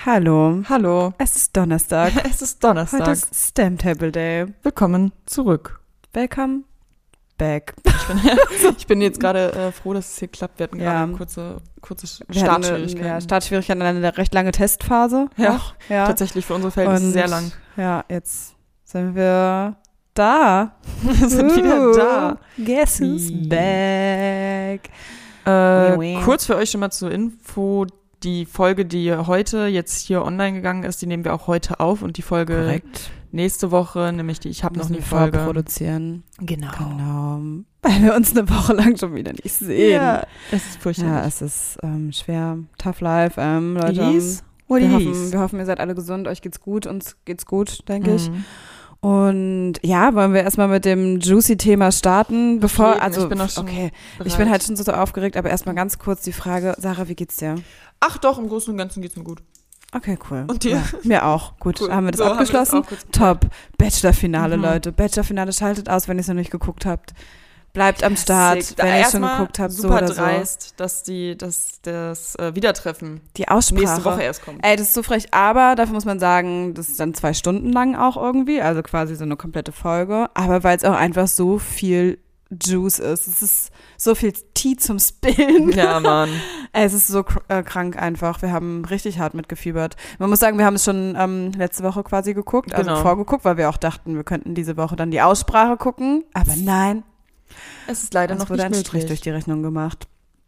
Hallo. Hallo. Es ist Donnerstag. Es ist Donnerstag. Heute ist Stamptable Day. Willkommen zurück. Welcome back. Ich bin jetzt gerade froh, dass es hier klappt. Wir hatten gerade kurze Startschwierigkeiten. Ja, Startschwierigkeiten, eine recht lange Testphase. Ja, tatsächlich für unsere Verhältnisse sehr lang. Ja, jetzt sind wir da. Wir sind wieder da. Guess who's back? Kurz für euch schon mal zur Info. Die Folge, die heute jetzt hier online gegangen ist, die nehmen wir auch heute auf und die Folge Korrekt. Nächste Woche, nämlich die Ich hab noch nie Folge produzieren. Genau. Weil wir uns eine Woche lang schon wieder nicht sehen. Ja, es ist furchtbar. Ja, es ist schwer. Tough life, Leute. Wir hoffen, ihr seid alle gesund, euch geht's gut, uns geht's gut, denke ich. Und ja, wollen wir erstmal mit dem Juicy-Thema starten, bevor, ich bin ich bin halt schon so aufgeregt, aber erstmal ganz kurz die Frage, Sarah, wie geht's dir? Ach doch, im Großen und Ganzen geht's mir gut. Okay, cool. Und dir? Ja, mir auch. Gut, cool. Haben wir das abgeschlossen? Top. Bachelor-Finale, Leute. Bachelor-Finale, schaltet aus, wenn ihr es noch nicht geguckt habt. Bleibt am Start, wenn ihr es schon geguckt habt. Super so oder dreist, dass das Wiedertreffen die Aussprache nächste Woche erst kommt. Ey, das ist so frech, aber dafür muss man sagen, das ist dann 2 Stunden lang auch irgendwie, also quasi so eine komplette Folge, aber weil es auch einfach so viel Juice ist. Es ist so viel Tee zum Spillen. Ja, Mann. Es ist so krank einfach. Wir haben richtig hart mitgefiebert. Man muss sagen, wir haben es schon letzte Woche quasi geguckt, also vorgeguckt, weil wir auch dachten, wir könnten diese Woche dann die Aussprache gucken, aber nein. Es ist leider noch nicht möglich. Strich durch die Rechnung gemacht.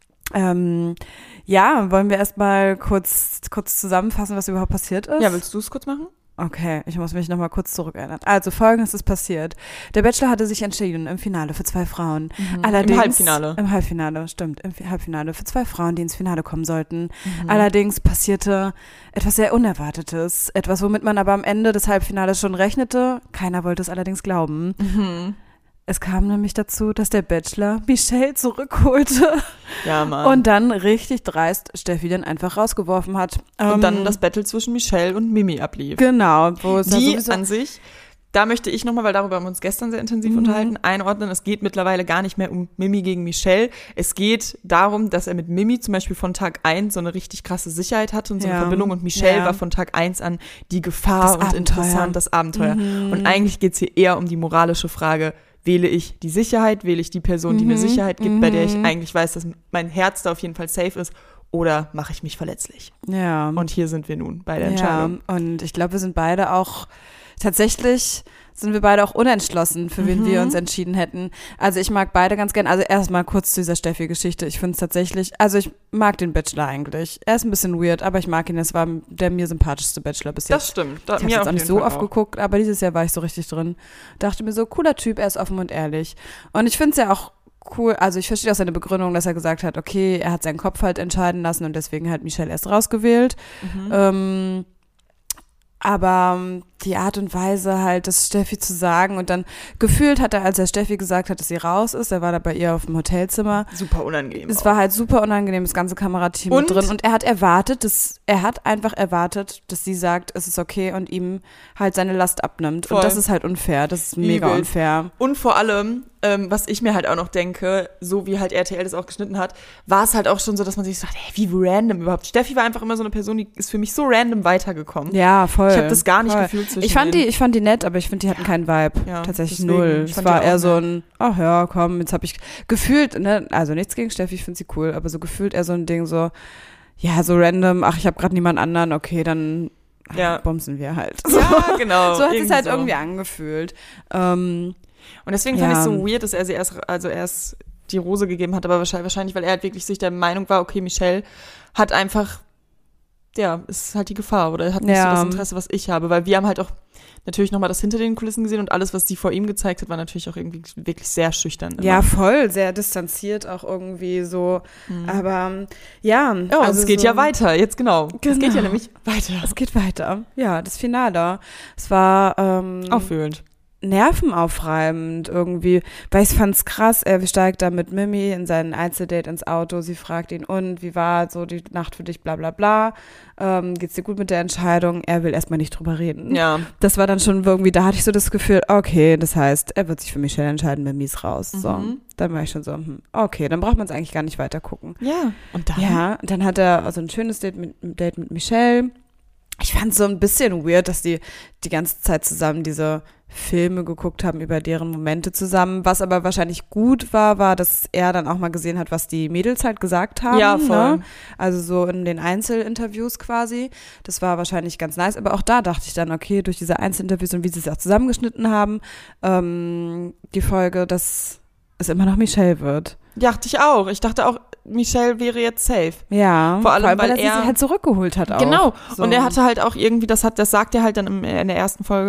Ja, wollen wir erstmal kurz zusammenfassen, was überhaupt passiert ist? Ja, willst du es kurz machen? Okay, ich muss mich nochmal kurz zurückerinnern. Also, Folgendes ist passiert. Der Bachelor hatte sich entschieden im Finale für 2 Frauen. Allerdings, im Halbfinale. Im Halbfinale, stimmt. Im Halbfinale für 2 Frauen, die ins Finale kommen sollten. Allerdings passierte etwas sehr Unerwartetes. Etwas, womit man aber am Ende des Halbfinales schon rechnete. Keiner wollte es allerdings glauben. Es kam nämlich dazu, dass der Bachelor Michelle zurückholte. Ja, Mann. Und dann richtig dreist Steffi dann einfach rausgeworfen hat. Und dann das Battle zwischen Michelle und Mimi ablief. Genau. Wo es die an sich, da möchte ich nochmal, weil darüber haben wir uns gestern sehr intensiv unterhalten, einordnen. Es geht mittlerweile gar nicht mehr um Mimi gegen Michelle. Es geht darum, dass er mit Mimi zum Beispiel von Tag 1 so eine richtig krasse Sicherheit hatte und so eine Verbindung. Und Michelle war von Tag 1 an die Gefahr und interessant, das Abenteuer. Und eigentlich geht es hier eher um die moralische Frage, wähle ich die Sicherheit, wähle ich die Person, die mir Sicherheit gibt, bei der ich eigentlich weiß, dass mein Herz da auf jeden Fall safe ist, oder mache ich mich verletzlich? Ja. Und hier sind wir nun bei der Entscheidung. Ja, und ich glaube, wir sind beide auch unentschlossen, für wen wir uns entschieden hätten. Also ich mag beide ganz gern. Also erstmal kurz zu dieser Steffi-Geschichte. Ich finde es tatsächlich, also ich mag den Bachelor eigentlich. Er ist ein bisschen weird, aber ich mag ihn. Es war der mir sympathischste Bachelor bis jetzt. Das stimmt. Ich habe jetzt auch nicht so oft geguckt, aber dieses Jahr war ich so richtig drin. Dachte mir so, cooler Typ, er ist offen und ehrlich. Und ich finde es ja auch cool, also ich verstehe auch seine Begründung, dass er gesagt hat, okay, er hat seinen Kopf halt entscheiden lassen und deswegen halt Michelle erst rausgewählt. Aber die Art und Weise halt, das Steffi zu sagen und dann gefühlt hat er, als er Steffi gesagt hat, dass sie raus ist, er war da bei ihr auf dem Hotelzimmer. Super unangenehm. Es war halt super unangenehm, das ganze Kamerateam mit drin und er hat einfach erwartet, dass sie sagt, es ist okay und ihm halt seine Last abnimmt. Voll. Und das ist halt unfair, das ist mega unfair. Und vor allem, was ich mir halt auch noch denke, so wie halt RTL das auch geschnitten hat, war es halt auch schon so, dass man sich sagt, hey, wie random überhaupt. Steffi war einfach immer so eine Person, die ist für mich so random weitergekommen. Ja, voll. Ich habe das gar nicht gefühlt zwischen Ich fand die nett, aber ich finde, die hatten keinen Vibe. Ja, tatsächlich deswegen, null. Es war eher so ein, ach ja, komm, jetzt habe ich gefühlt, ne, also nichts gegen Steffi, ich finde sie cool, aber so gefühlt eher so ein Ding so, ja, so random, ach, ich habe gerade niemand anderen, okay, dann bumsen wir halt. So. Ja, genau. So hat es halt irgendwie angefühlt. Und deswegen fand ich es so weird, dass er sie erst die Rose gegeben hat, aber wahrscheinlich, weil er halt wirklich sich der Meinung war, okay, Michelle hat einfach, ja, ist halt die Gefahr oder hat nicht so das Interesse, was ich habe, weil wir haben halt auch natürlich nochmal das hinter den Kulissen gesehen und alles, was sie vor ihm gezeigt hat, war natürlich auch irgendwie wirklich sehr schüchtern. Immer. Ja, voll, sehr distanziert auch irgendwie so, aber ja. Ja, also es geht ja weiter, jetzt genau. Es geht ja nämlich weiter. Es geht weiter, ja, das Finale. Es war auffühlend. Nervenaufreibend irgendwie, weil ich fand's krass, er steigt da mit Mimi in sein Einzeldate ins Auto, sie fragt ihn, und wie war so die Nacht für dich, bla bla bla, geht's dir gut mit der Entscheidung, er will erstmal nicht drüber reden. Ja. Das war dann schon irgendwie, da hatte ich so das Gefühl, okay, das heißt, er wird sich für Michelle entscheiden, Mimi ist raus, so. Dann war ich schon so, okay, dann braucht man es eigentlich gar nicht weiter gucken. Ja. Und dann? Ja, dann hat er also ein schönes Date mit Michelle. Ich fand es so ein bisschen weird, dass die ganze Zeit zusammen diese Filme geguckt haben über deren Momente zusammen. Was aber wahrscheinlich gut war, dass er dann auch mal gesehen hat, was die Mädels halt gesagt haben. Ja, voll. Ne? Also so in den Einzelinterviews quasi. Das war wahrscheinlich ganz nice. Aber auch da dachte ich dann, okay, durch diese Einzelinterviews und wie sie es auch zusammengeschnitten haben, die Folge, dass es immer noch Michelle wird. Dachte ich auch. Ich dachte auch, Michelle wäre jetzt safe. Ja, vor allem weil er sie halt zurückgeholt hat auch. Genau. So. Und er hatte halt auch irgendwie, das sagt er halt dann in der ersten Folge,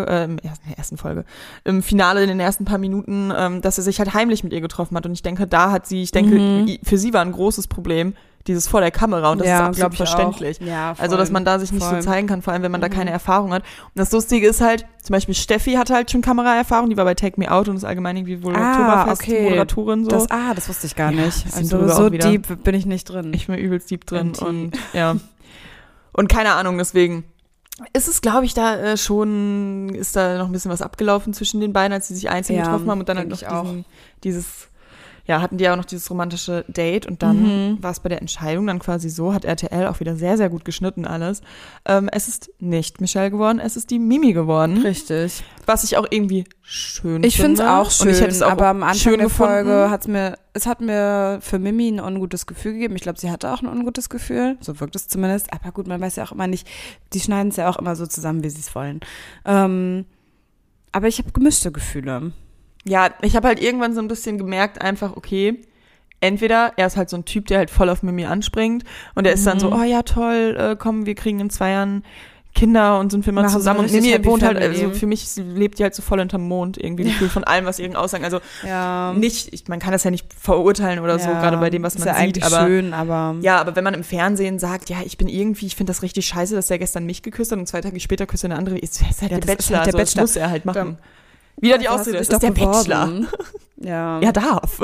im Finale in den ersten paar Minuten, dass er sich halt heimlich mit ihr getroffen hat. Und ich denke, für sie war ein großes Problem, dieses vor der Kamera, und das ist absolut verständlich. Ja, voll, also, dass man da sich nicht so zeigen kann, vor allem, wenn man da keine Erfahrung hat. Und das Lustige ist halt, zum Beispiel Steffi hatte halt schon Kameraerfahrung, die war bei Take Me Out und ist allgemein irgendwie wohl Oktoberfest-Moderatorin. So. Das wusste ich gar nicht. Also so deep bin ich nicht drin. Ich bin übelst deep drin und ja. Und keine Ahnung, deswegen ist es, glaube ich, ist da noch ein bisschen was abgelaufen zwischen den beiden, als sie sich einzeln getroffen haben und dann halt noch hatten die ja auch noch dieses romantische Date und dann war es bei der Entscheidung dann quasi so, hat RTL auch wieder sehr, sehr gut geschnitten alles. Es ist nicht Michelle geworden, es ist die Mimi geworden. Richtig. Was ich auch irgendwie schön finde. Ich finde es auch schön, es auch aber am Anfang der gefunden. Folge hat mir für Mimi ein ungutes Gefühl gegeben. Ich glaube, sie hatte auch ein ungutes Gefühl. So wirkt es zumindest. Aber gut, man weiß ja auch immer nicht, die schneiden es ja auch immer so zusammen, wie sie es wollen. Aber ich habe gemischte Gefühle. Ja, ich habe halt irgendwann so ein bisschen gemerkt, einfach, okay, entweder er ist halt so ein Typ, der halt voll auf Mimi anspringt und er ist dann so, oh ja, toll, komm, wir kriegen in 2 Jahren Kinder und sind für immer zusammen. Und Mimi wohnt halt, also für mich lebt die halt so voll hinterm Mond, irgendwie gefühlt von allem, was ihren Aussagen, also man kann das ja nicht verurteilen oder so, gerade bei dem, was man sieht. Aber schön, aber wenn man im Fernsehen sagt, ja, ich finde das richtig scheiße, dass der gestern mich geküsst hat und 2 Tage später küsst er eine andere, ist halt der Bachelor, halt der Bachelor. Das muss er halt machen. Wieder die Ausrede, das ist der Bachelor. Ja. Er darf.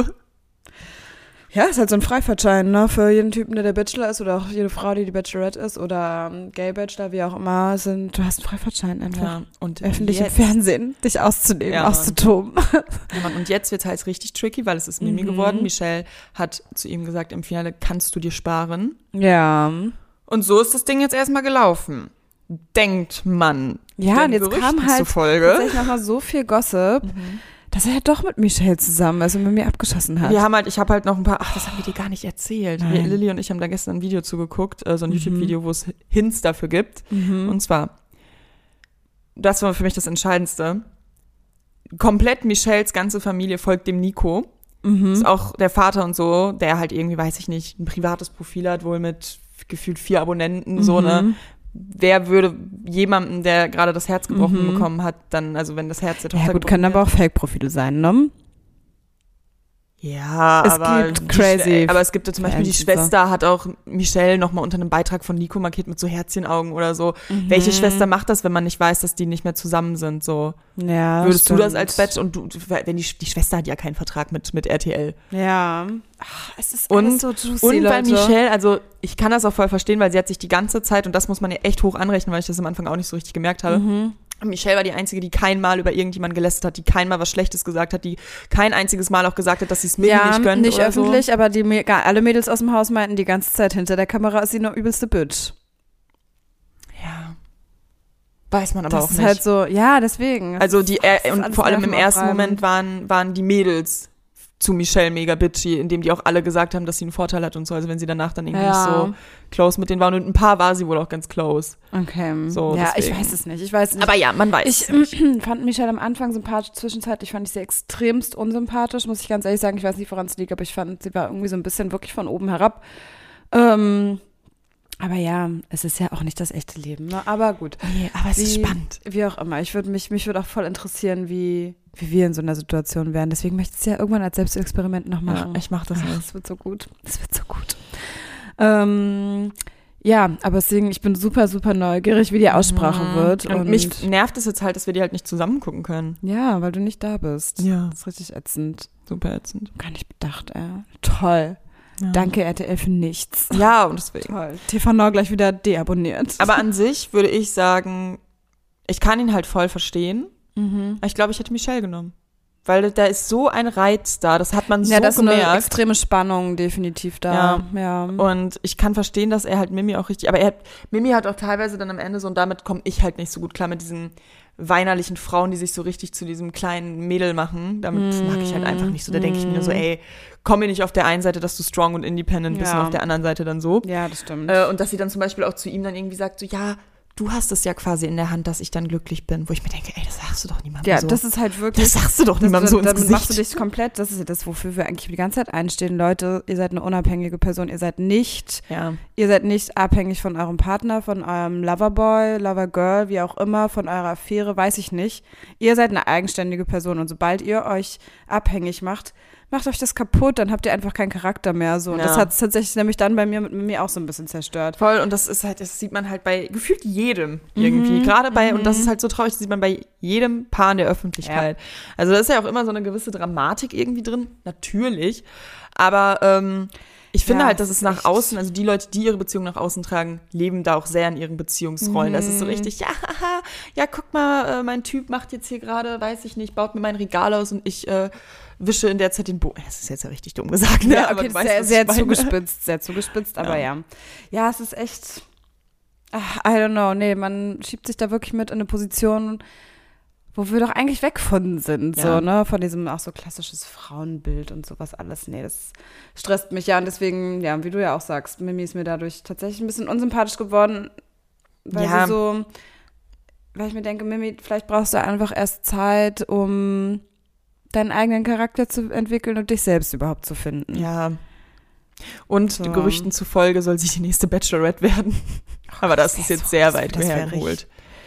Ja, ist halt so ein Freifahrtschein, ne, für jeden Typen, der Bachelor ist oder auch jede Frau, die Bachelorette ist oder Gay-Bachelor, wie auch immer, du hast einen Freifahrtschein einfach. Ja, und öffentlich im Fernsehen, dich auszunehmen, auszutoben. Ja, Mann, und jetzt wird es halt richtig tricky, weil es ist Mimi geworden. Michelle hat zu ihm gesagt, im Finale kannst du dir sparen. Ja. Und so ist das Ding jetzt erstmal gelaufen. Denkt man. Ja, und jetzt kam halt tatsächlich nochmal so viel Gossip, dass er ja doch mit Michelle zusammen ist und mit mir abgeschossen hat. Ich habe halt noch ein paar, das haben wir dir gar nicht erzählt. Lilly und ich haben da gestern ein Video zugeguckt, so ein YouTube-Video, wo es Hints dafür gibt. Und zwar, das war für mich das Entscheidendste, komplett Michelles ganze Familie folgt dem Nico. Ist auch der Vater und so, der halt irgendwie, weiß ich nicht, ein privates Profil hat, wohl mit gefühlt 4 Abonnenten, so, ne? Wer würde jemandem, der gerade das Herz gebrochen bekommen hat, dann, also wenn das Herz der Tochter gebrochen können aber auch Fake-Profile sein, ne? Ja, aber es gibt ja zum Beispiel die Schwester, hat auch Michelle nochmal unter einem Beitrag von Nico markiert mit so Herzchenaugen oder so. Welche Schwester macht das, wenn man nicht weiß, dass die nicht mehr zusammen sind? So. Ja, würdest du das als Batch? Und wenn die Schwester hat ja keinen Vertrag mit RTL. Ja. Es ist alles so juicy, und bei Leute. Michelle, also ich kann das auch voll verstehen, weil sie hat sich die ganze Zeit, und das muss man ja echt hoch anrechnen, weil ich das am Anfang auch nicht so richtig gemerkt habe, Michelle war die Einzige, die kein Mal über irgendjemanden gelästert hat, die kein Mal was Schlechtes gesagt hat, die kein einziges Mal auch gesagt hat, dass sie es mir nicht gönnt. Nicht oder öffentlich, so. Aber alle Mädels aus dem Haus meinten die ganze Zeit, hinter der Kamera ist sie nur übelste Bitch. Ja. Weiß man aber das auch ist nicht. Halt so, ja, deswegen. Also und vor allem im ersten Moment waren die Mädels zu Michelle mega bitchy, indem die auch alle gesagt haben, dass sie einen Vorteil hat und so, also wenn sie danach dann irgendwie nicht so close mit denen war, und ein paar war sie wohl auch ganz close. Okay. So, ja, deswegen. ich weiß es nicht. Aber ja, man weiß. Ich fand Michelle am Anfang sympathisch, zwischenzeitlich fand ich sie extremst unsympathisch, muss ich ganz ehrlich sagen. Ich weiß nicht, woran es liegt, aber ich fand, sie war irgendwie so ein bisschen wirklich von oben herab. Aber ja, es ist ja auch nicht das echte Leben, ne? Aber gut. Nee, aber es ist spannend. Wie auch immer. Mich würde auch voll interessieren, wie wir in so einer Situation wären. Deswegen möchte ich es ja irgendwann als Selbstexperiment noch machen. Ja, ich mache das nicht. Das wird so gut. Ja, aber deswegen, ich bin super, super neugierig, wie die Aussprache wird. Und mich nervt es jetzt halt, dass wir die halt nicht zusammen gucken können. Ja, weil du nicht da bist. Ja. Das ist richtig ätzend. Super ätzend. Gar nicht bedacht, Toll. Ja. Danke, RTL, für nichts. Ja, und deswegen. Toll. TV Now gleich wieder deabonniert. Aber an sich würde ich sagen, ich kann ihn halt voll verstehen. Aber ich glaube, ich hätte Michelle genommen. Weil da ist so ein Reiz da, das hat man so das ist gemerkt. eine extreme Spannung definitiv da. Ja. Und ich kann verstehen, dass er halt Mimi auch richtig, aber Mimi hat auch teilweise dann am Ende so, und damit komme ich halt nicht so gut klar mit diesen weinerlichen Frauen, die sich so richtig zu diesem kleinen Mädel machen. Damit mag ich halt einfach nicht so. Da denke ich mir nur so, ey, komm mir nicht auf der einen Seite, dass du strong und independent bist und auf der anderen Seite dann so. Ja, das stimmt. Und dass sie dann zum Beispiel auch zu ihm dann irgendwie sagt, so, ja, du hast es ja quasi in der Hand, dass ich dann glücklich bin. Wo ich mir denke, ey, das sagst du doch niemandem so. Ja, das ist halt wirklich. Das sagst du doch niemandem so ins Damit Gesicht. machst du dich komplett, das ist ja das, wofür wir eigentlich die ganze Zeit einstehen. Leute, ihr seid eine unabhängige Person. Ihr seid nicht abhängig von eurem Partner, von eurem Loverboy, Lovergirl, wie auch immer, von eurer Affäre, weiß ich nicht. Ihr seid eine eigenständige Person und sobald ihr euch abhängig macht euch das kaputt, dann habt ihr einfach keinen Charakter mehr. So. Und das hat es tatsächlich nämlich dann bei mir mit Mimi auch so ein bisschen zerstört. Voll, und das ist halt, das sieht man halt bei gefühlt jedem irgendwie. Gerade bei, und das ist halt so traurig, das sieht man bei jedem Paar in der Öffentlichkeit. Ja. Also da ist ja auch immer so eine gewisse Dramatik irgendwie drin, natürlich. Aber ich finde halt, dass es nach außen, also die Leute, die ihre Beziehung nach außen tragen, leben da auch sehr in ihren Beziehungsrollen. Das ist so richtig, ja, guck mal, mein Typ macht jetzt hier gerade, weiß ich nicht, baut mir mein Regal aus und ich wische in der Zeit den Boden. Das ist jetzt ja richtig dumm gesagt, ne? Ja, okay, aber sehr zugespitzt, aber ja. Ja, es ist echt, I don't know, nee, man schiebt sich da wirklich mit in eine Position, wo wir doch eigentlich weg von sind, so, ne, von diesem auch so klassisches Frauenbild und sowas alles. Nee, das stresst mich ja und deswegen, ja, wie du ja auch sagst, Mimi ist mir dadurch tatsächlich ein bisschen unsympathisch geworden, weil weil ich mir denke, Mimi, vielleicht brauchst du einfach erst Zeit, um deinen eigenen Charakter zu entwickeln und dich selbst überhaupt zu finden. Ja. Und Gerüchten zufolge soll sie die nächste Bachelorette werden. Aber das ist jetzt sehr weit hergeholt.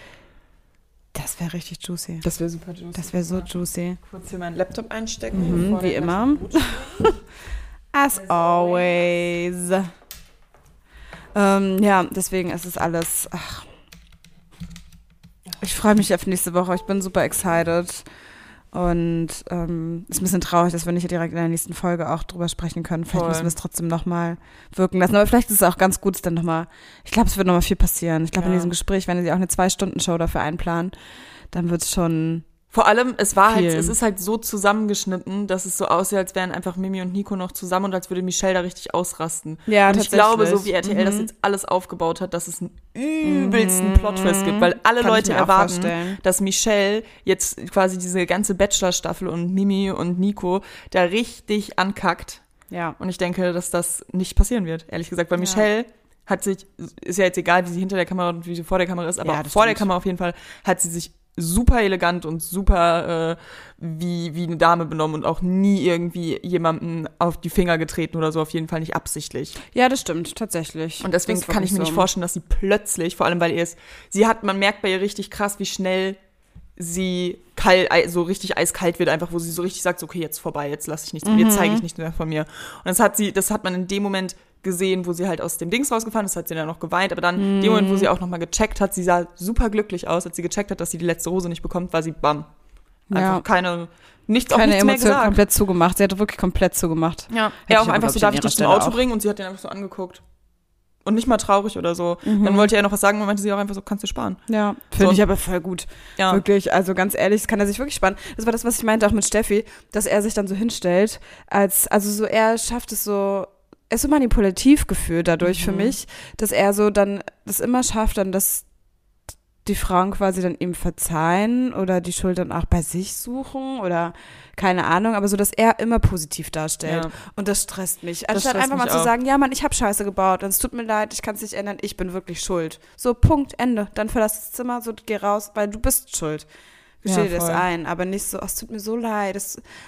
Das wäre richtig juicy. Das wäre super juicy. Das wäre so juicy. Kurz hier meinen Laptop einstecken. Wie immer. As always. Ja, deswegen ist es alles. Ich freue mich auf nächste Woche. Ich bin super excited. Und ist ein bisschen traurig, dass wir nicht direkt in der nächsten Folge auch drüber sprechen können. Vielleicht müssen wir es trotzdem nochmal wirken lassen. Aber vielleicht ist es auch ganz gut, es dann nochmal, ich glaube, es wird nochmal viel passieren. Ich glaube, in diesem Gespräch, wenn sie auch eine 2-Stunden-Show dafür einplanen, dann wird es schon Vor allem, es ist halt so zusammengeschnitten, dass es so aussieht, als wären einfach Mimi und Nico noch zusammen und als würde Michelle da richtig ausrasten. Ja, und ich glaube, so wie RTL das jetzt alles aufgebaut hat, dass es einen übelsten Plot-Twist gibt, weil alle Leute erwarten, dass Michelle jetzt quasi diese ganze Bachelor-Staffel und Mimi und Nico da richtig ankackt. Ja. Und ich denke, dass das nicht passieren wird, ehrlich gesagt, weil Michelle ist ja jetzt egal, wie sie hinter der Kamera und wie sie vor der Kamera ist, aber vor der Kamera auf jeden Fall hat sie sich super elegant und super wie eine Dame benommen und auch nie irgendwie jemanden auf die Finger getreten oder so, auf jeden Fall nicht absichtlich. Ja, das stimmt, tatsächlich. Und deswegen kann ich mir nicht vorstellen, dass sie plötzlich, vor allem weil man merkt bei ihr richtig krass, wie schnell sie so richtig eiskalt wird, einfach wo sie so richtig sagt, so, okay, jetzt vorbei, jetzt lasse ich nichts mehr, jetzt zeige ich nichts mehr von mir. Und das hat man in dem Moment gesehen, wo sie halt aus dem Dings rausgefahren ist, hat sie dann noch geweint, aber dann in dem Moment, wo sie auch nochmal gecheckt hat, sie sah super glücklich aus, als sie gecheckt hat, dass sie die letzte Rose nicht bekommt, war sie bam. Einfach nichts mehr gesagt. Komplett zugemacht. Sie hat wirklich komplett zugemacht. Ja, er auch einfach so, darf ich dich zum Auto bringen? Und sie hat den einfach so angeguckt. Und nicht mal traurig oder so. Dann wollte er noch was sagen und meinte sie auch einfach so, kannst du sparen. Ja, finde ich aber voll gut. Ja. Wirklich, also ganz ehrlich, das kann er sich wirklich sparen. Das war das, was ich meinte auch mit Steffi, dass er sich dann so hinstellt, er schafft es so, er ist so manipulativ gefühlt dadurch für mich, dass er so dann das immer schafft, dann dass die Frauen quasi dann ihm verzeihen oder die Schuld dann auch bei sich suchen oder keine Ahnung, aber so, dass er immer positiv darstellt. Ja. Und das stresst mich. Anstatt einfach mal zu sagen, ja Mann, ich habe Scheiße gebaut und es tut mir leid, ich kann es nicht ändern, ich bin wirklich schuld. So, Punkt, Ende. Dann verlass das Zimmer, so, geh raus, weil du bist schuld. Gesteh dir das ein, aber nicht so, es tut mir so leid,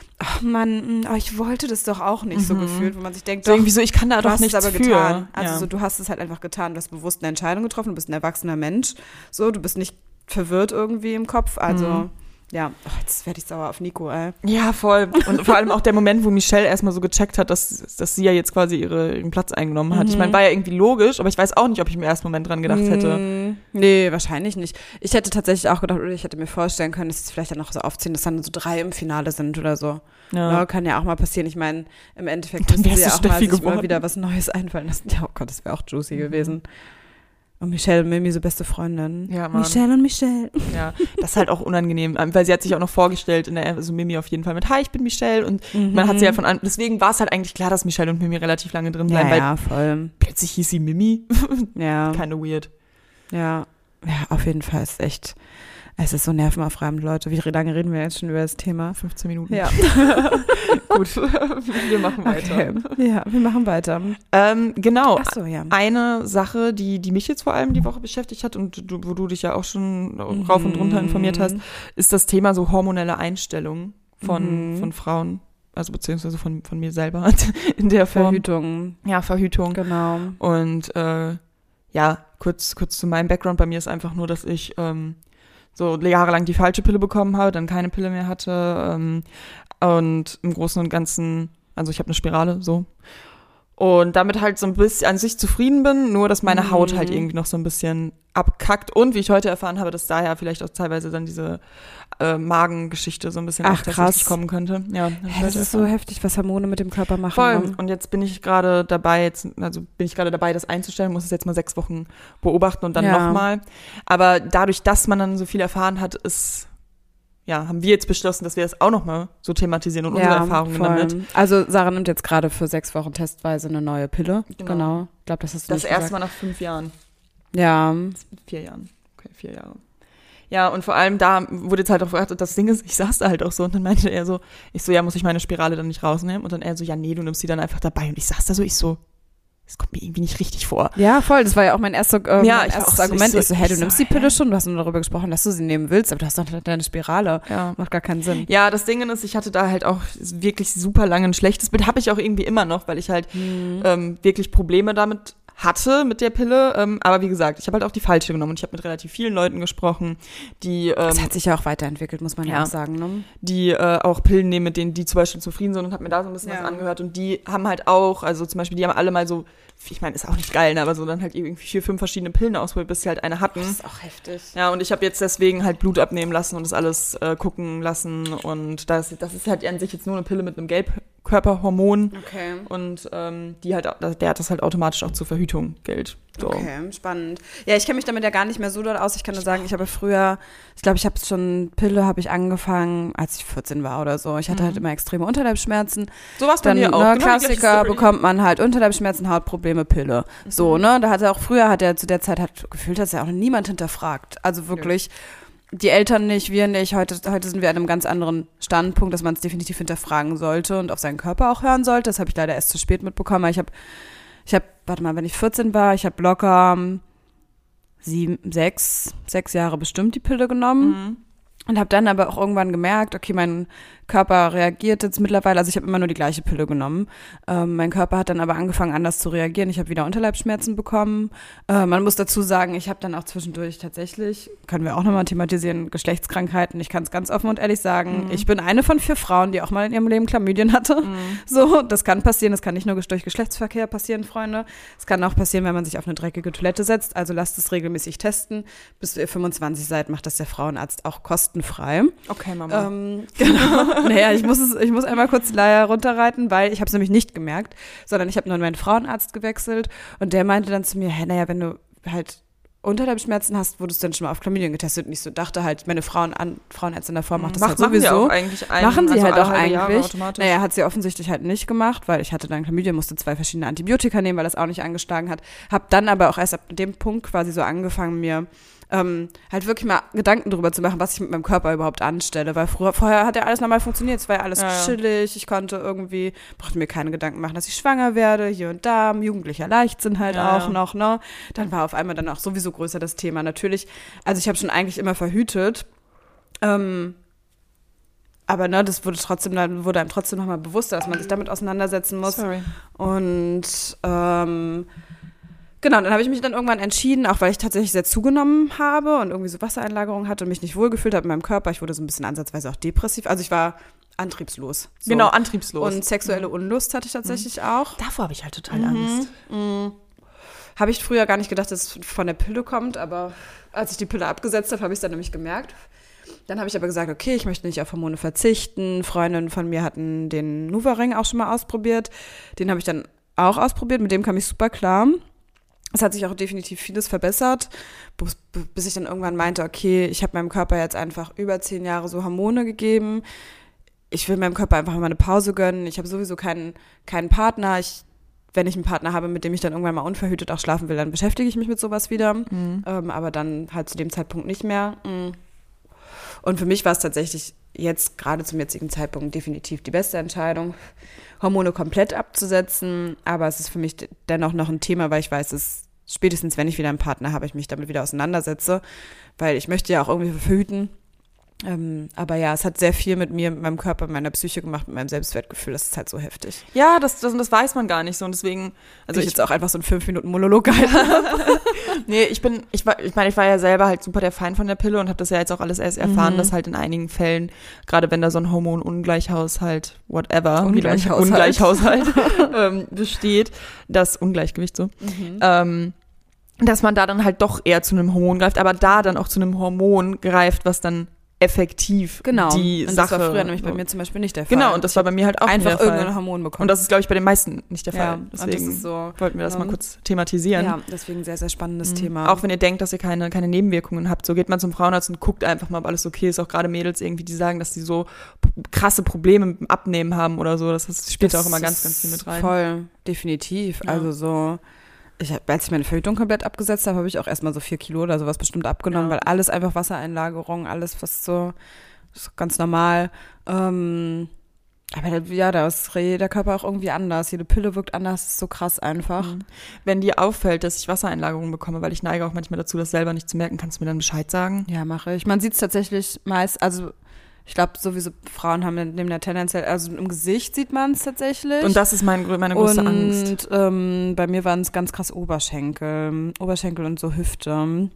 ich wollte das doch auch nicht so gefühlt, wo man sich denkt, so irgendwie so, ich kann da doch nichts aber für. Getan. Also so, du hast es halt einfach getan, du hast bewusst eine Entscheidung getroffen, du bist ein erwachsener Mensch, so, du bist nicht verwirrt irgendwie im Kopf, also ja, jetzt werde ich sauer auf Nico, ey. Ja, voll. Und vor allem auch der Moment, wo Michelle erstmal so gecheckt hat, dass sie ja jetzt quasi ihren Platz eingenommen hat. Ich meine, war ja irgendwie logisch, aber ich weiß auch nicht, ob ich im ersten Moment dran gedacht hätte. Nee, wahrscheinlich nicht. Ich hätte tatsächlich auch gedacht, oder ich hätte mir vorstellen können, dass sie es vielleicht dann noch so aufziehen, dass dann so 3 im Finale sind oder so. Ja, kann ja auch mal passieren. Ich meine, im Endeffekt müssen sie ja auch mal sich mal wieder was Neues einfallen lassen. Ja, oh Gott, das wäre auch juicy gewesen. Und Michelle und Mimi so beste Freundin. Ja, Mann. Michelle und Michelle. Ja, das ist halt auch unangenehm, weil sie hat sich auch noch vorgestellt, also Mimi auf jeden Fall mit, hi, ich bin Michelle und man hat sie ja deswegen war es halt eigentlich klar, dass Michelle und Mimi relativ lange drin bleiben, weil voll. plötzlich hieß sie Mimi. Ja. Kinda weird. Ja, auf jeden Fall ist echt, es ist so nervenaufreibend, Leute. Wie lange reden wir jetzt schon über das Thema? 15 Minuten. Ja. Gut, wir machen weiter. Okay. Ja, wir machen weiter. Genau. Ach so, ja. Eine Sache, die mich jetzt vor allem die Woche beschäftigt hat und wo du dich ja auch schon rauf und runter informiert hast, ist das Thema so hormonelle Einstellung von Frauen, also beziehungsweise von mir selber in der Form. Verhütung. Ja, Verhütung. Genau. Und kurz zu meinem Background, bei mir ist einfach nur, dass ich so jahrelang die falsche Pille bekommen habe, dann keine Pille mehr hatte und im Großen und Ganzen, also ich habe eine Spirale, so. Und damit halt so ein bisschen an sich zufrieden bin, nur dass meine Haut halt irgendwie noch so ein bisschen abkackt und wie ich heute erfahren habe, dass daher vielleicht auch teilweise dann diese Magengeschichte so ein bisschen krass kommen könnte. Ja, das ist so heftig, was Hormone mit dem Körper machen. Voll. Und jetzt bin ich gerade dabei, das einzustellen, muss es jetzt mal 6 Wochen beobachten und dann nochmal. Aber dadurch, dass man dann so viel erfahren hat, haben wir jetzt beschlossen, dass wir das auch nochmal so thematisieren und unsere Erfahrungen damit. Also Sarah nimmt jetzt gerade für 6 Wochen testweise eine neue Pille. Genau. Ich glaube, das ist das erste Mal nach 5 Jahren. Ja. 4 Jahren. Okay, 4 Jahre. Ja, und vor allem da wurde jetzt halt auch gefragt, das Ding ist, ich saß da halt auch so und dann meinte er so, muss ich meine Spirale dann nicht rausnehmen? Und dann er so, ja, nee, du nimmst sie dann einfach dabei. Und ich saß da so, das kommt mir irgendwie nicht richtig vor. Ja, voll, das war ja auch mein erstes Argument. Ich so, du nimmst die Pille schon, du hast nur darüber gesprochen, dass du sie nehmen willst, aber du hast doch deine Spirale. Ja. Macht gar keinen Sinn. Ja, das Ding ist, ich hatte da halt auch wirklich super lange ein schlechtes Bild, habe ich auch irgendwie immer noch, weil ich halt wirklich Probleme damit hatte mit der Pille, aber wie gesagt, ich habe halt auch die falsche genommen und ich habe mit relativ vielen Leuten gesprochen, die das hat sich ja auch weiterentwickelt, muss man ja auch sagen, ne? Die auch Pillen nehmen, mit denen die zum Beispiel zufrieden sind und habe mir da so ein bisschen was angehört und die haben halt auch, also zum Beispiel, die haben alle mal so, ich meine, ist auch nicht geil, ne, aber so dann halt irgendwie 4, 5 verschiedene Pillen ausprobiert, bis sie halt eine hatten. Das ist auch heftig. Ja, und ich habe jetzt deswegen halt Blut abnehmen lassen und das alles gucken lassen und das ist halt an sich jetzt nur eine Pille mit einem Gelbkörperhormon. Okay. Und der hat das halt automatisch auch zur Verhütung gilt. So. Okay, spannend. Ja, ich kenne mich damit ja gar nicht mehr so doll aus. Ich kann nur sagen, ich habe früher, Pille habe ich angefangen, als ich 14 war oder so. Ich hatte halt immer extreme Unterleibsschmerzen. So was bei mir auch. Genau, Klassiker, bekommt man halt Unterleibsschmerzen, Hautprobleme, Pille. So, ne? Hat er zu der Zeit gefühlt, dass ja auch niemand hinterfragt. Also wirklich, die Eltern nicht, wir nicht. Heute sind wir an einem ganz anderen Standpunkt, dass man es definitiv hinterfragen sollte und auf seinen Körper auch hören sollte. Das habe ich leider erst zu spät mitbekommen. Ich habe, wenn ich 14 war, ich habe locker 6 Jahre bestimmt die Pille genommen und habe dann aber auch irgendwann gemerkt, okay, mein Körper reagiert jetzt mittlerweile, also ich habe immer nur die gleiche Pille genommen. Mein Körper hat dann aber angefangen, anders zu reagieren. Ich habe wieder Unterleibsschmerzen bekommen. Man muss dazu sagen, ich habe dann auch zwischendurch tatsächlich, können wir auch nochmal thematisieren, Geschlechtskrankheiten. Ich kann es ganz offen und ehrlich sagen, ich bin eine von 4 Frauen, die auch mal in ihrem Leben Chlamydien hatte. So, das kann passieren. Das kann nicht nur durch Geschlechtsverkehr passieren, Freunde. Es kann auch passieren, wenn man sich auf eine dreckige Toilette setzt. Also lasst es regelmäßig testen. Bis ihr 25 seid, macht das der Frauenarzt auch kostenfrei. Okay, Mama. Genau. Naja, ich muss einmal kurz die Leier runterreiten, weil ich habe es nämlich nicht gemerkt, sondern ich habe nur meinen Frauenarzt gewechselt und der meinte dann zu mir, wenn du halt Unterleibsschmerzen hast, wurdest du dann schon mal auf Chlamydien getestet und ich so dachte halt, meine Frauenärztin davor macht das halt sowieso. Machen sie halt auch eigentlich. Naja, hat sie offensichtlich halt nicht gemacht, weil ich hatte dann Chlamydien, musste 2 verschiedene Antibiotika nehmen, weil das auch nicht angeschlagen hat. Hab dann aber auch erst ab dem Punkt quasi so angefangen, mir halt wirklich mal Gedanken darüber zu machen, was ich mit meinem Körper überhaupt anstelle, weil vorher hat ja alles normal funktioniert, es war ja alles chillig, ich brauchte mir keine Gedanken machen, dass ich schwanger werde, hier und da, jugendlicher Leichtsinn halt auch noch, ne, dann war auf einmal dann auch sowieso größer das Thema, natürlich, also ich habe schon eigentlich immer verhütet, aber ne, das wurde einem trotzdem nochmal bewusster, dass man sich damit auseinandersetzen muss. Und genau, dann habe ich mich dann irgendwann entschieden, auch weil ich tatsächlich sehr zugenommen habe und irgendwie so Wassereinlagerung hatte und mich nicht wohlgefühlt habe in meinem Körper. Ich wurde so ein bisschen ansatzweise auch depressiv. Also ich war antriebslos. So. Genau, antriebslos. Und sexuelle Unlust hatte ich tatsächlich auch. Davor habe ich halt total Angst. Habe ich früher gar nicht gedacht, dass es von der Pille kommt, aber als ich die Pille abgesetzt habe, habe ich es dann nämlich gemerkt. Dann habe ich aber gesagt, okay, ich möchte nicht auf Hormone verzichten. Freundinnen von mir hatten den NuvaRing auch schon mal ausprobiert. Den habe ich dann auch ausprobiert, mit dem kam ich super klar. Es hat sich auch definitiv vieles verbessert, bis ich dann irgendwann meinte, okay, ich habe meinem Körper jetzt einfach über 10 Jahre so Hormone gegeben. Ich will meinem Körper einfach mal eine Pause gönnen. Ich habe sowieso keinen Partner. Wenn ich einen Partner habe, mit dem ich dann irgendwann mal unverhütet auch schlafen will, dann beschäftige ich mich mit sowas wieder. Aber dann halt zu dem Zeitpunkt nicht mehr. Und für mich war es tatsächlich jetzt, gerade zum jetzigen Zeitpunkt, definitiv die beste Entscheidung, Hormone komplett abzusetzen. Aber es ist für mich dennoch noch ein Thema, weil ich weiß, dass spätestens, wenn ich wieder einen Partner habe, ich mich damit wieder auseinandersetze. Weil ich möchte ja auch irgendwie verhüten. Aber ja, es hat sehr viel mit mir, mit meinem Körper, mit meiner Psyche gemacht, mit meinem Selbstwertgefühl. Das ist halt so heftig. Ja, das weiß man gar nicht so. Und deswegen, also ich jetzt auch einfach so einen 5-Minuten-Monolog gehalten habe. Nee, ich war ja selber halt super der Feind von der Pille und habe das ja jetzt auch alles erst erfahren, dass halt in einigen Fällen, gerade wenn da so ein Hormonungleichhaushalt, whatever, Ungleichhaushalt besteht, das Ungleichgewicht so, dass man da dann halt doch eher zu einem Hormon greift, aber da dann auch zu einem Hormon greift, was dann effektiv die und Sache. Das war früher nämlich bei mir zum Beispiel nicht der Fall. Genau, und das war bei mir halt auch einfach nicht der Fall. irgendein Hormon bekommen. Und das ist, glaube ich, bei den meisten nicht der Fall. Ja, deswegen und das ist so, wollten wir das mal kurz thematisieren. Ja, deswegen sehr, sehr spannendes Thema. Auch wenn ihr denkt, dass ihr keine Nebenwirkungen habt, so geht man zum Frauenarzt und guckt einfach mal, ob alles okay ist. Auch gerade Mädels irgendwie, die sagen, dass die so krasse Probleme mit dem Abnehmen haben oder so. Das spielt auch immer ganz, ganz viel mit rein. Voll, definitiv. Ja. Also so, als ich meine Verhütung komplett abgesetzt habe, habe ich auch erstmal so 4 Kilo oder sowas bestimmt abgenommen, weil alles einfach Wassereinlagerung, alles was so, ist ganz normal. Aber ja, da ist jeder Körper auch irgendwie anders. Jede Pille wirkt anders, ist so krass einfach. Wenn dir auffällt, dass ich Wassereinlagerungen bekomme, weil ich neige auch manchmal dazu, das selber nicht zu merken, kannst du mir dann Bescheid sagen? Ja, mache ich. Man sieht es tatsächlich meist, also ich glaube sowieso, Frauen haben neben der tendenziell, also im Gesicht sieht man es tatsächlich. Und das ist meine große Angst. Und bei mir waren es ganz krass Oberschenkel und so Hüfte.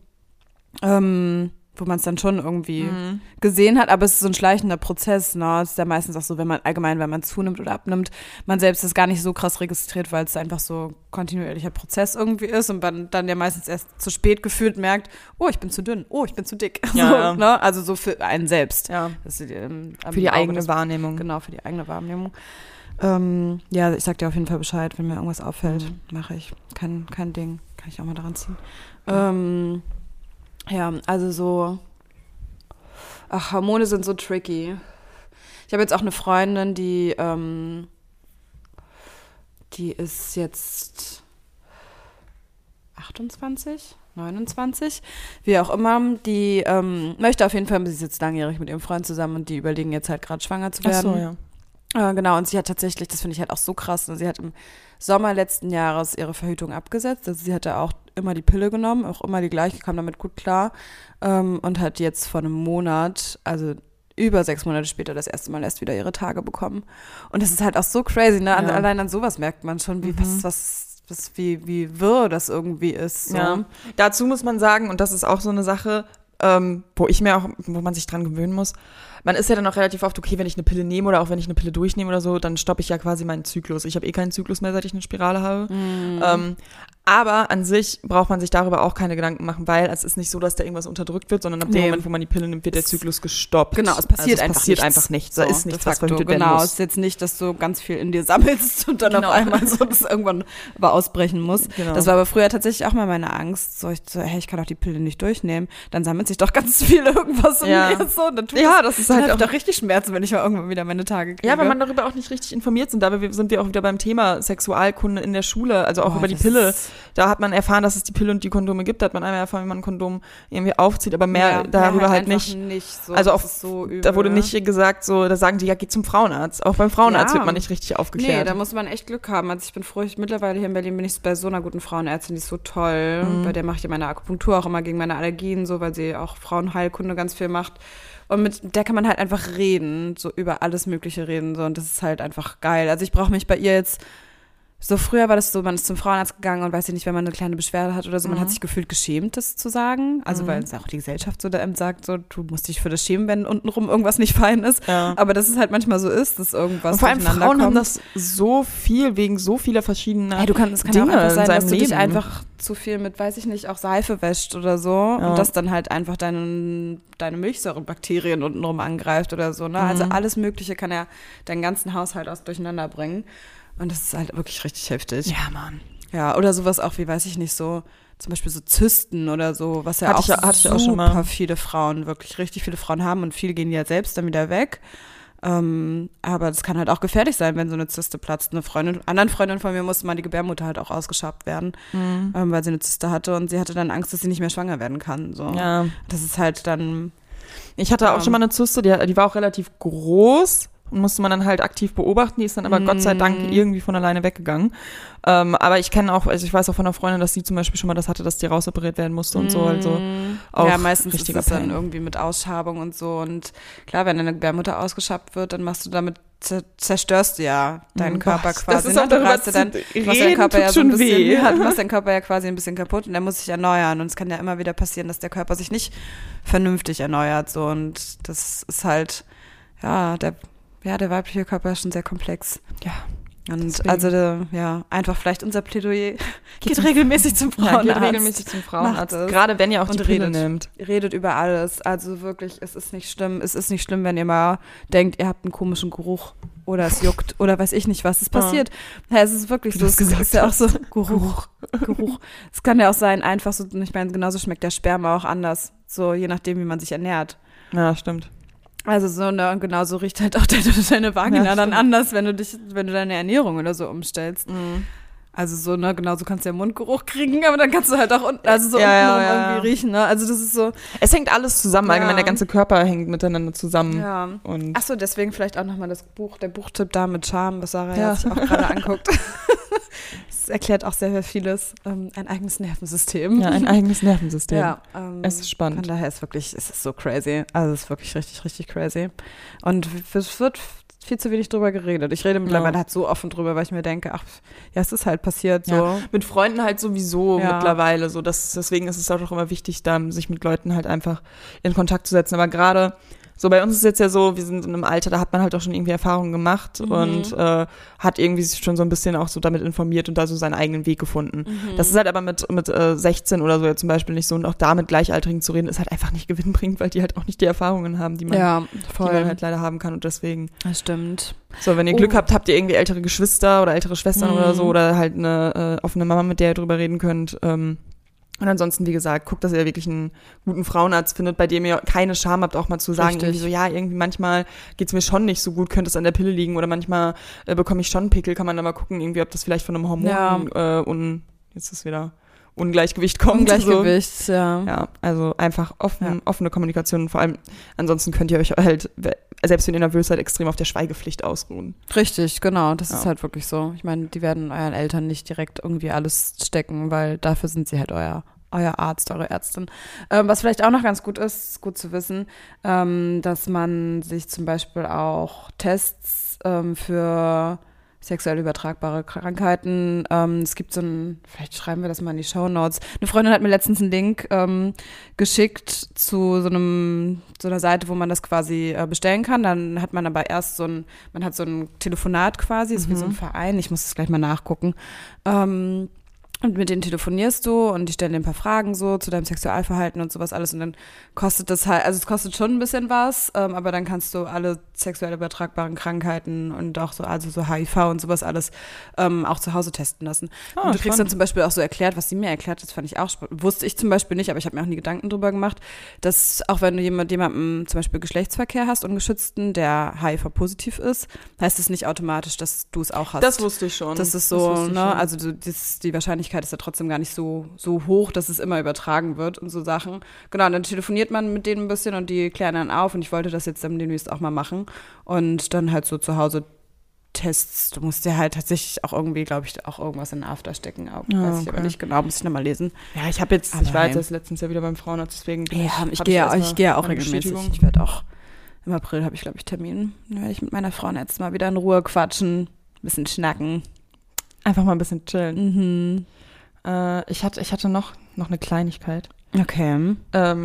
Wo man es dann schon irgendwie gesehen hat, aber es ist so ein schleichender Prozess, ne? Es ist ja meistens auch so, wenn man zunimmt oder abnimmt, man selbst das gar nicht so krass registriert, weil es einfach so kontinuierlicher Prozess irgendwie ist und man dann ja meistens erst zu spät gefühlt merkt, oh, ich bin zu dünn, oh, ich bin zu dick. Ja. So, ne? Also so für einen selbst. Ja. Das ist, für die eigene Wahrnehmung. Genau, für die eigene Wahrnehmung. Ja, ich sag dir auf jeden Fall Bescheid, wenn mir irgendwas auffällt, mache ich. Kein Ding, kann ich auch mal daran ziehen. Ja, also so, Hormone sind so tricky. Ich habe jetzt auch eine Freundin, die ist jetzt 28, 29, wie auch immer. Die möchte auf jeden Fall, sie ist jetzt langjährig mit ihrem Freund zusammen und die überlegen jetzt halt gerade schwanger zu werden. Ach so, ja. Genau, und sie hat tatsächlich, das finde ich halt auch so krass, sie hat im Sommer letzten Jahres ihre Verhütung abgesetzt. Also sie hatte auch immer die Pille genommen, auch immer die gleiche, kam damit gut klar und hat jetzt vor einem Monat, also über 6 Monate später, das erste Mal erst wieder ihre Tage bekommen. Und das ist halt auch so crazy, ne? Ja. Allein an sowas merkt man schon, wie wirr das irgendwie ist. So. Ja. Dazu muss man sagen, und das ist auch so eine Sache, wo man sich dran gewöhnen muss. Man ist ja dann auch relativ oft, okay, wenn ich eine Pille nehme oder auch wenn ich eine Pille durchnehme oder so, dann stoppe ich ja quasi meinen Zyklus. Ich habe keinen Zyklus mehr, seit ich eine Spirale habe. Aber an sich braucht man sich darüber auch keine Gedanken machen, weil es ist nicht so, dass da irgendwas unterdrückt wird, sondern ab dem Moment, wo man die Pille nimmt, wird der Zyklus gestoppt. Genau, es passiert einfach nichts. Da ist nichts, was verhütet werden muss. Es ist jetzt nicht, dass du ganz viel in dir sammelst und dann auf einmal so das irgendwann aber ausbrechen muss. Genau. Das war aber früher tatsächlich auch mal meine Angst. Ich kann doch die Pille nicht durchnehmen. Dann sammelt sich doch ganz viel irgendwas in mir. So, dann das ist halt auch doch richtig Schmerzen, wenn ich mal irgendwann wieder meine Tage kriege. Ja, weil man darüber auch nicht richtig informiert sind. Dabei sind wir auch wieder beim Thema Sexualkunde in der Schule, also auch über die Pille. Da hat man erfahren, dass es die Pille und die Kondome gibt. Da hat man einmal erfahren, wie man ein Kondom irgendwie aufzieht, aber mehr darüber halt nicht. So, also auch so übel, da wurde nicht gesagt, so, da sagen die, ja, geh zum Frauenarzt. Auch beim Frauenarzt wird man nicht richtig aufgeklärt. Nee, da muss man echt Glück haben. Also ich bin froh, mittlerweile hier in Berlin bin ich bei so einer guten Frauenärztin, die ist so toll. Bei der mache ich ja meine Akupunktur auch immer gegen meine Allergien, so, weil sie auch Frauenheilkunde ganz viel macht. Und mit der kann man halt einfach reden, so über alles Mögliche reden, so, und das ist halt einfach geil. Also ich brauche mich bei ihr jetzt, so früher war das so, man ist zum Frauenarzt gegangen und weiß ich nicht, wenn man eine kleine Beschwerde hat oder so, man hat sich gefühlt geschämt, das zu sagen. Also weil es auch die Gesellschaft so sagt, so, du musst dich für das schämen, wenn untenrum irgendwas nicht fein ist. Ja. Aber dass es halt manchmal so ist, dass irgendwas und vor allem Frauen haben das so viel, wegen so vieler verschiedener es kann ja auch einfach sein, dass du dich einfach zu viel mit, weiß ich nicht, auch Seife wäscht oder so und das dann halt einfach deine Milchsäurebakterien untenrum angreift oder so. Ne? Also alles Mögliche kann ja deinen ganzen Haushalt durcheinander bringen. Und das ist halt wirklich richtig heftig. Ja, Mann. Ja, oder sowas auch wie, weiß ich nicht, so zum Beispiel so Zysten oder so, was ja Hatte auch ich auch schon mal. super viele Frauen, wirklich richtig viele Frauen haben und viele gehen ja selbst dann wieder weg. Aber das kann halt auch gefährlich sein, wenn so eine Zyste platzt. Anderen Freundin von mir musste mal die Gebärmutter halt auch ausgeschabt werden, weil sie eine Zyste hatte und sie hatte dann Angst, dass sie nicht mehr schwanger werden kann. So. Ja. Das ist halt dann. Ich hatte auch schon mal eine Zyste, die war auch relativ groß und musste man dann halt aktiv beobachten. Die ist dann aber Gott sei Dank irgendwie von alleine weggegangen. Aber ich kenne auch, also ich weiß auch von einer Freundin, dass sie zum Beispiel schon mal das hatte, dass die rausoperiert werden musste und so. Also auch ja, meistens ist richtiger es dann Pain. irgendwie mit Ausschabung und so. Und klar, wenn deine Gebärmutter ausgeschabt wird, dann machst du damit, zerstörst du ja deinen Körper quasi. Das ist auch darüber zu reden, Körper ja tut so ein schon bisschen, weh. ja, du machst deinen Körper ja quasi ein bisschen kaputt und der muss sich erneuern. Und es kann ja immer wieder passieren, dass der Körper sich nicht vernünftig erneuert. So. Und das ist halt, der weibliche Körper ist schon sehr komplex. Ja. Und deswegen. also, einfach vielleicht unser Plädoyer. Geht regelmäßig zum Frauenarzt. Ja, geht regelmäßig zum Frauenarzt. Macht es. Gerade wenn ihr auch Und die Pille nimmt. Redet über alles. Also wirklich, es ist nicht schlimm. Es ist nicht schlimm, wenn ihr mal denkt, ihr habt einen komischen Geruch oder es juckt oder weiß ich nicht, was ist passiert. Ja, es ist wirklich so. Es ist ja auch so Geruch. Es kann ja auch sein, einfach so, ich meine, genauso schmeckt der Sperma auch anders. So, je nachdem, wie man sich ernährt. Ja, stimmt. Also so, und genauso riecht halt auch deine Vagina dann anders, wenn du deine Ernährung oder so umstellst. Also so, genauso kannst du ja Mundgeruch kriegen, aber dann kannst du halt auch unten irgendwie riechen, ne? Also das ist so. Es hängt alles zusammen, allgemein der ganze Körper hängt miteinander zusammen. Ja. Und Achso, deswegen vielleicht auch nochmal der Buchtipp da mit Charme, was Sarah sich auch gerade anguckt. Das erklärt auch sehr, sehr vieles. Ein eigenes Nervensystem. Ja, ein eigenes Nervensystem. Ja, es ist spannend. Von daher ist es so crazy. Also es ist wirklich richtig, richtig crazy. Und es wird viel zu wenig drüber geredet. Ich rede mittlerweile halt so offen drüber, weil ich mir denke, es ist halt passiert so. Ja, mit Freunden halt sowieso mittlerweile so. Deswegen ist es auch immer wichtig, da sich mit Leuten halt einfach in Kontakt zu setzen. Aber gerade so bei uns ist es jetzt ja so, wir sind in einem Alter, da hat man halt auch schon irgendwie Erfahrungen gemacht und hat irgendwie sich schon so ein bisschen auch so damit informiert und da so seinen eigenen Weg gefunden. Das ist halt aber mit 16 oder so jetzt zum Beispiel nicht so, und auch da mit Gleichaltrigen zu reden, ist halt einfach nicht gewinnbringend, weil die halt auch nicht die Erfahrungen haben, die man halt leider haben kann, und deswegen. Das stimmt. So, wenn ihr Glück habt, habt ihr irgendwie ältere Geschwister oder ältere Schwestern oder so, oder halt eine offene Mama, mit der ihr drüber reden könnt. Und ansonsten, wie gesagt, guckt, dass ihr wirklich einen guten Frauenarzt findet, bei dem ihr keine Scham habt, auch mal zu sagen, irgendwie so, irgendwie manchmal geht's mir schon nicht so gut, könnte es an der Pille liegen, oder manchmal bekomme ich schon Pickel, kann man da mal gucken, irgendwie, ob das vielleicht von einem Hormon jetzt ist wieder Ungleichgewicht kommt. Ungleichgewicht, so. Ja, also einfach offene Kommunikation, vor allem ansonsten könnt ihr euch halt, selbst wenn ihr nervös seid, extrem auf der Schweigepflicht ausruhen. Richtig, genau, das ist halt wirklich so. Ich meine, die werden euren Eltern nicht direkt irgendwie alles stecken, weil dafür sind sie halt euer Arzt, eure Ärztin. Was vielleicht auch noch ganz gut ist zu wissen, dass man sich zum Beispiel auch Tests für sexuell übertragbare Krankheiten, es gibt vielleicht schreiben wir das mal in die Shownotes. Eine Freundin hat mir letztens einen Link geschickt zu so einer Seite, wo man das quasi bestellen kann. Dann hat man aber erst man hat so ein Telefonat quasi, ist wie so ein Verein, ich muss das gleich mal nachgucken. Und mit denen telefonierst du und die stellen dir ein paar Fragen so zu deinem Sexualverhalten und sowas alles, und dann kostet das halt, also es kostet schon ein bisschen was, aber dann kannst du alle sexuell übertragbaren Krankheiten und auch so, also so HIV und sowas alles auch zu Hause testen lassen. Und du kriegst dann zum Beispiel auch so erklärt, was sie mir erklärt, das fand ich auch spannend, wusste ich zum Beispiel nicht, aber ich habe mir auch nie Gedanken drüber gemacht, dass auch wenn du jemandem zum Beispiel Geschlechtsverkehr hast, ungeschützten, der HIV-positiv ist, heißt es nicht automatisch, dass du es auch hast. Das wusste ich schon. Das ist so, also die Wahrscheinlichkeit ist ja trotzdem gar nicht so hoch, dass es immer übertragen wird und so Sachen. Genau, und dann telefoniert man mit denen ein bisschen und die klären dann auf, und ich wollte das jetzt dann demnächst auch mal machen und dann halt so zu Hause Tests. Du musst ja halt tatsächlich auch irgendwie, glaube ich, auch irgendwas in den After stecken. Weiß ich aber nicht genau, muss ich nochmal lesen. Ja, ich war jetzt letztens ja wieder beim Frauenarzt, deswegen ich gehe ja auch regelmäßig. Ich werde auch, im April habe ich, glaube ich, Termin. Dann werde ich mit meiner Frauenärztin mal wieder in Ruhe quatschen, ein bisschen schnacken. Einfach mal ein bisschen chillen. Ich hatte noch eine Kleinigkeit. Okay.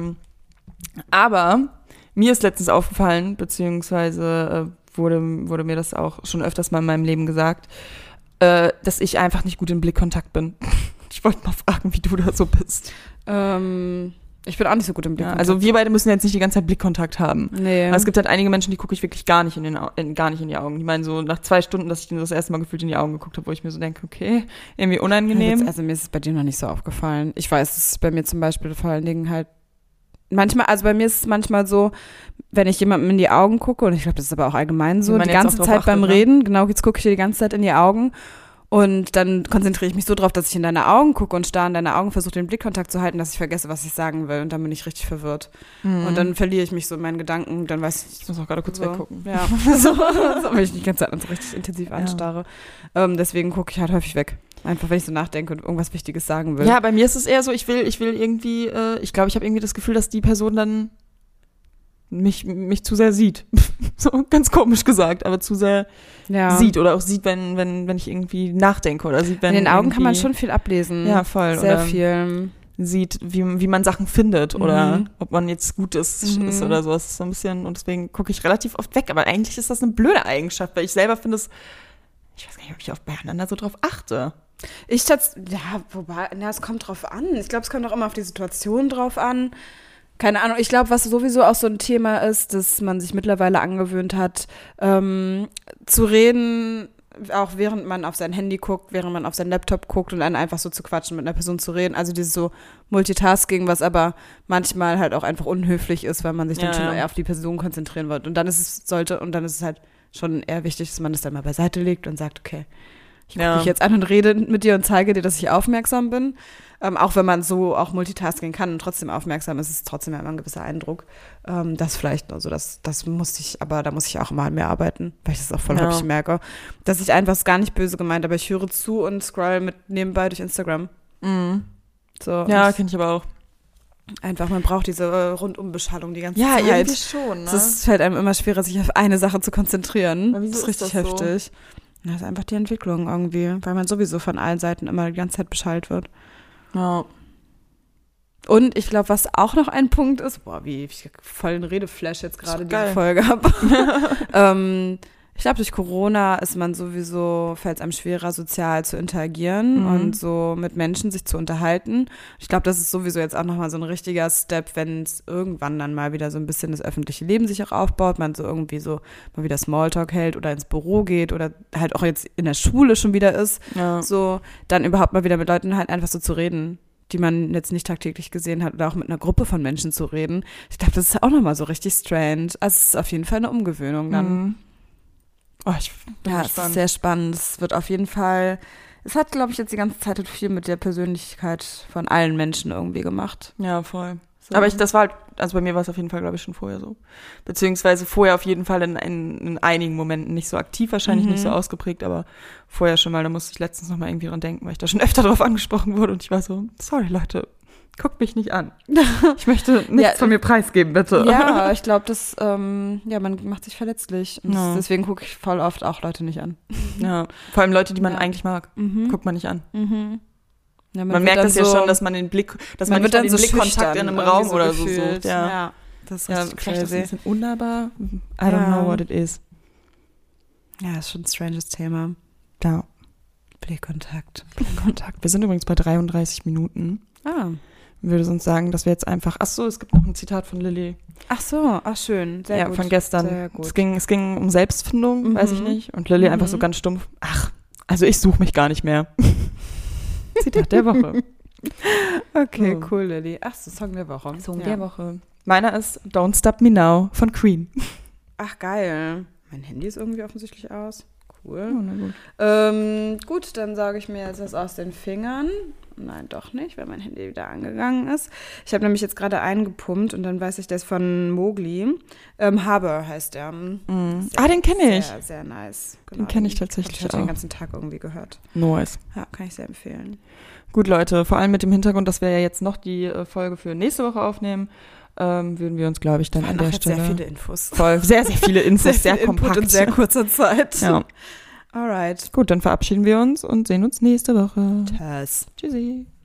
Aber mir ist letztens aufgefallen, beziehungsweise wurde mir das auch schon öfters mal in meinem Leben gesagt, dass ich einfach nicht gut im Blickkontakt bin. Ich wollte mal fragen, wie du da so bist. Ich bin auch nicht so gut im Blickkontakt. Also wir beide müssen jetzt nicht die ganze Zeit Blickkontakt haben. Nee. Aber es gibt halt einige Menschen, die gucke ich wirklich gar nicht in die Augen. Die meinen so nach 2 Stunden, dass ich denen das erste Mal gefühlt in die Augen geguckt habe, wo ich mir so denke, okay, irgendwie unangenehm. Also mir ist es bei dir noch nicht so aufgefallen. Ich weiß, es ist bei mir zum Beispiel vor allen Dingen halt manchmal, also bei mir ist es manchmal so, wenn ich jemandem in die Augen gucke, und ich glaube, das ist aber auch allgemein so, die ganze Zeit beim Reden, genau, jetzt gucke ich dir die ganze Zeit in die Augen. Und dann konzentriere ich mich so drauf, dass ich in deine Augen gucke und starr in deine Augen versuche, den Blickkontakt zu halten, dass ich vergesse, was ich sagen will. Und dann bin ich richtig verwirrt. Und dann verliere ich mich so in meinen Gedanken. Dann weiß ich muss auch gerade kurz weggucken. Ja, so, wenn ich die ganze Zeit so richtig intensiv anstarre. Deswegen gucke ich halt häufig weg. Einfach, wenn ich so nachdenke und irgendwas Wichtiges sagen will. Ja, bei mir ist es eher so, ich will irgendwie, ich glaube, ich habe irgendwie das Gefühl, dass die Person dann mich zu sehr sieht. So ganz komisch gesagt, aber zu sehr sieht oder auch sieht, wenn ich irgendwie nachdenke oder sieht, wenn in den Augen kann man schon viel ablesen. Ja, voll. Sehr oder viel. Sieht, wie man Sachen findet oder ob man jetzt gut ist oder so. Das ist so ein bisschen, und deswegen gucke ich relativ oft weg. Aber eigentlich ist das eine blöde Eigenschaft, weil ich selber finde es, ich weiß gar nicht, ob ich auch beieinander so drauf achte. Es kommt drauf an. Ich glaube, es kommt auch immer auf die Situation drauf an. Keine Ahnung, ich glaube, was sowieso auch so ein Thema ist, dass man sich mittlerweile angewöhnt hat, zu reden, auch während man auf sein Handy guckt, während man auf seinen Laptop guckt und dann einfach so zu quatschen, mit einer Person zu reden. Also dieses so Multitasking, was aber manchmal halt auch einfach unhöflich ist, weil man sich dann schon eher auf die Person konzentrieren wird. Und dann ist es halt schon eher wichtig, dass man das dann mal beiseite legt und sagt, okay, ich gucke dich jetzt an und rede mit dir und zeige dir, dass ich aufmerksam bin. Auch wenn man so auch Multitasking kann und trotzdem aufmerksam ist, ist es trotzdem immer ein gewisser Eindruck. Das vielleicht nur so, da muss ich auch mal mehr arbeiten, weil ich das auch voll häufig merke. Dass ich einfach, ist gar nicht böse gemeint, aber ich höre zu und scroll mit nebenbei durch Instagram. So, ja, kenne ich aber auch. Einfach, man braucht diese Rundumbeschallung die ganze Zeit. Ja, irgendwie schon. Ne? Es fällt einem immer schwerer, sich auf eine Sache zu konzentrieren. Aber wieso das ist richtig das heftig. So? Das ist einfach die Entwicklung irgendwie, weil man sowieso von allen Seiten immer die ganze Zeit beschallt wird. Ja. Und ich glaube, was auch noch ein Punkt ist, wie ich voll einen Redeflash jetzt gerade diese Folge habe. Ich glaube, durch Corona fällt es einem schwerer, sozial zu interagieren und so mit Menschen sich zu unterhalten. Ich glaube, das ist sowieso jetzt auch nochmal so ein richtiger Step, wenn es irgendwann dann mal wieder so ein bisschen das öffentliche Leben sich auch aufbaut, man so irgendwie so mal wieder Smalltalk hält oder ins Büro geht oder halt auch jetzt in der Schule schon wieder ist, so dann überhaupt mal wieder mit Leuten halt einfach so zu reden, die man jetzt nicht tagtäglich gesehen hat oder auch mit einer Gruppe von Menschen zu reden. Ich glaube, das ist auch nochmal so richtig strange. Also es ist auf jeden Fall eine Umgewöhnung dann. Oh, ich bin gespannt. Es ist sehr spannend. Es wird auf jeden Fall, es hat, glaube ich, jetzt die ganze Zeit viel mit der Persönlichkeit von allen Menschen irgendwie gemacht. Ja, voll. So. Aber das war halt, also bei mir war es auf jeden Fall, glaube ich, schon vorher so. Beziehungsweise vorher auf jeden Fall in einigen Momenten nicht so aktiv, wahrscheinlich nicht so ausgeprägt, aber vorher schon mal, da musste ich letztens noch mal irgendwie dran denken, weil ich da schon öfter drauf angesprochen wurde und ich war so, sorry Leute, guckt mich nicht an. Ich möchte nichts von mir preisgeben, bitte. Ja, ich glaube, man macht sich verletzlich. Und deswegen gucke ich voll oft auch Leute nicht an. Ja, vor allem Leute, die man eigentlich mag, guckt man nicht an. Ja, man merkt das ja schon, dass man den Blickkontakt in einem Raum oder so sucht. Ja, das ist richtig vielleicht ist das ein bisschen unnahbar. I don't know what it is. Ja, ist schon ein stranges Thema. Ja. Blickkontakt. Wir sind übrigens bei 33 Minuten. Würde sonst sagen, dass wir jetzt einfach, es gibt noch ein Zitat von Lilly. Schön, sehr gut. Ja, von gestern. Sehr gut. Es ging um Selbstfindung, weiß ich nicht. Und Lilly einfach so ganz stumpf, also ich suche mich gar nicht mehr. Zitat der Woche. Okay, cool, Lilly. Song der Woche. Song der Woche. Meiner ist Don't Stop Me Now von Queen. Ach, geil. Mein Handy ist irgendwie offensichtlich aus. Cool. Oh, na gut. Gut, dann sage ich mir jetzt das aus den Fingern. Nein, doch nicht, weil mein Handy wieder angegangen ist. Ich habe nämlich jetzt gerade eingepumpt und dann weiß ich, der ist von Mowgli. Harbor heißt der. Den kenne ich. Sehr, sehr nice. Genau. Den kenne ich tatsächlich auch. Ich habe den ganzen Tag irgendwie gehört. Nice. Ja, kann ich sehr empfehlen. Gut, Leute, vor allem mit dem Hintergrund, dass wir ja jetzt noch die Folge für nächste Woche aufnehmen, würden wir uns dann an der Stelle... sehr viele Infos. Voll, sehr, sehr viele Infos, sehr kompakt. In sehr kurzer Zeit. Ja. Alright. Gut, dann verabschieden wir uns und sehen uns nächste Woche. Tschüss. Tschüssi.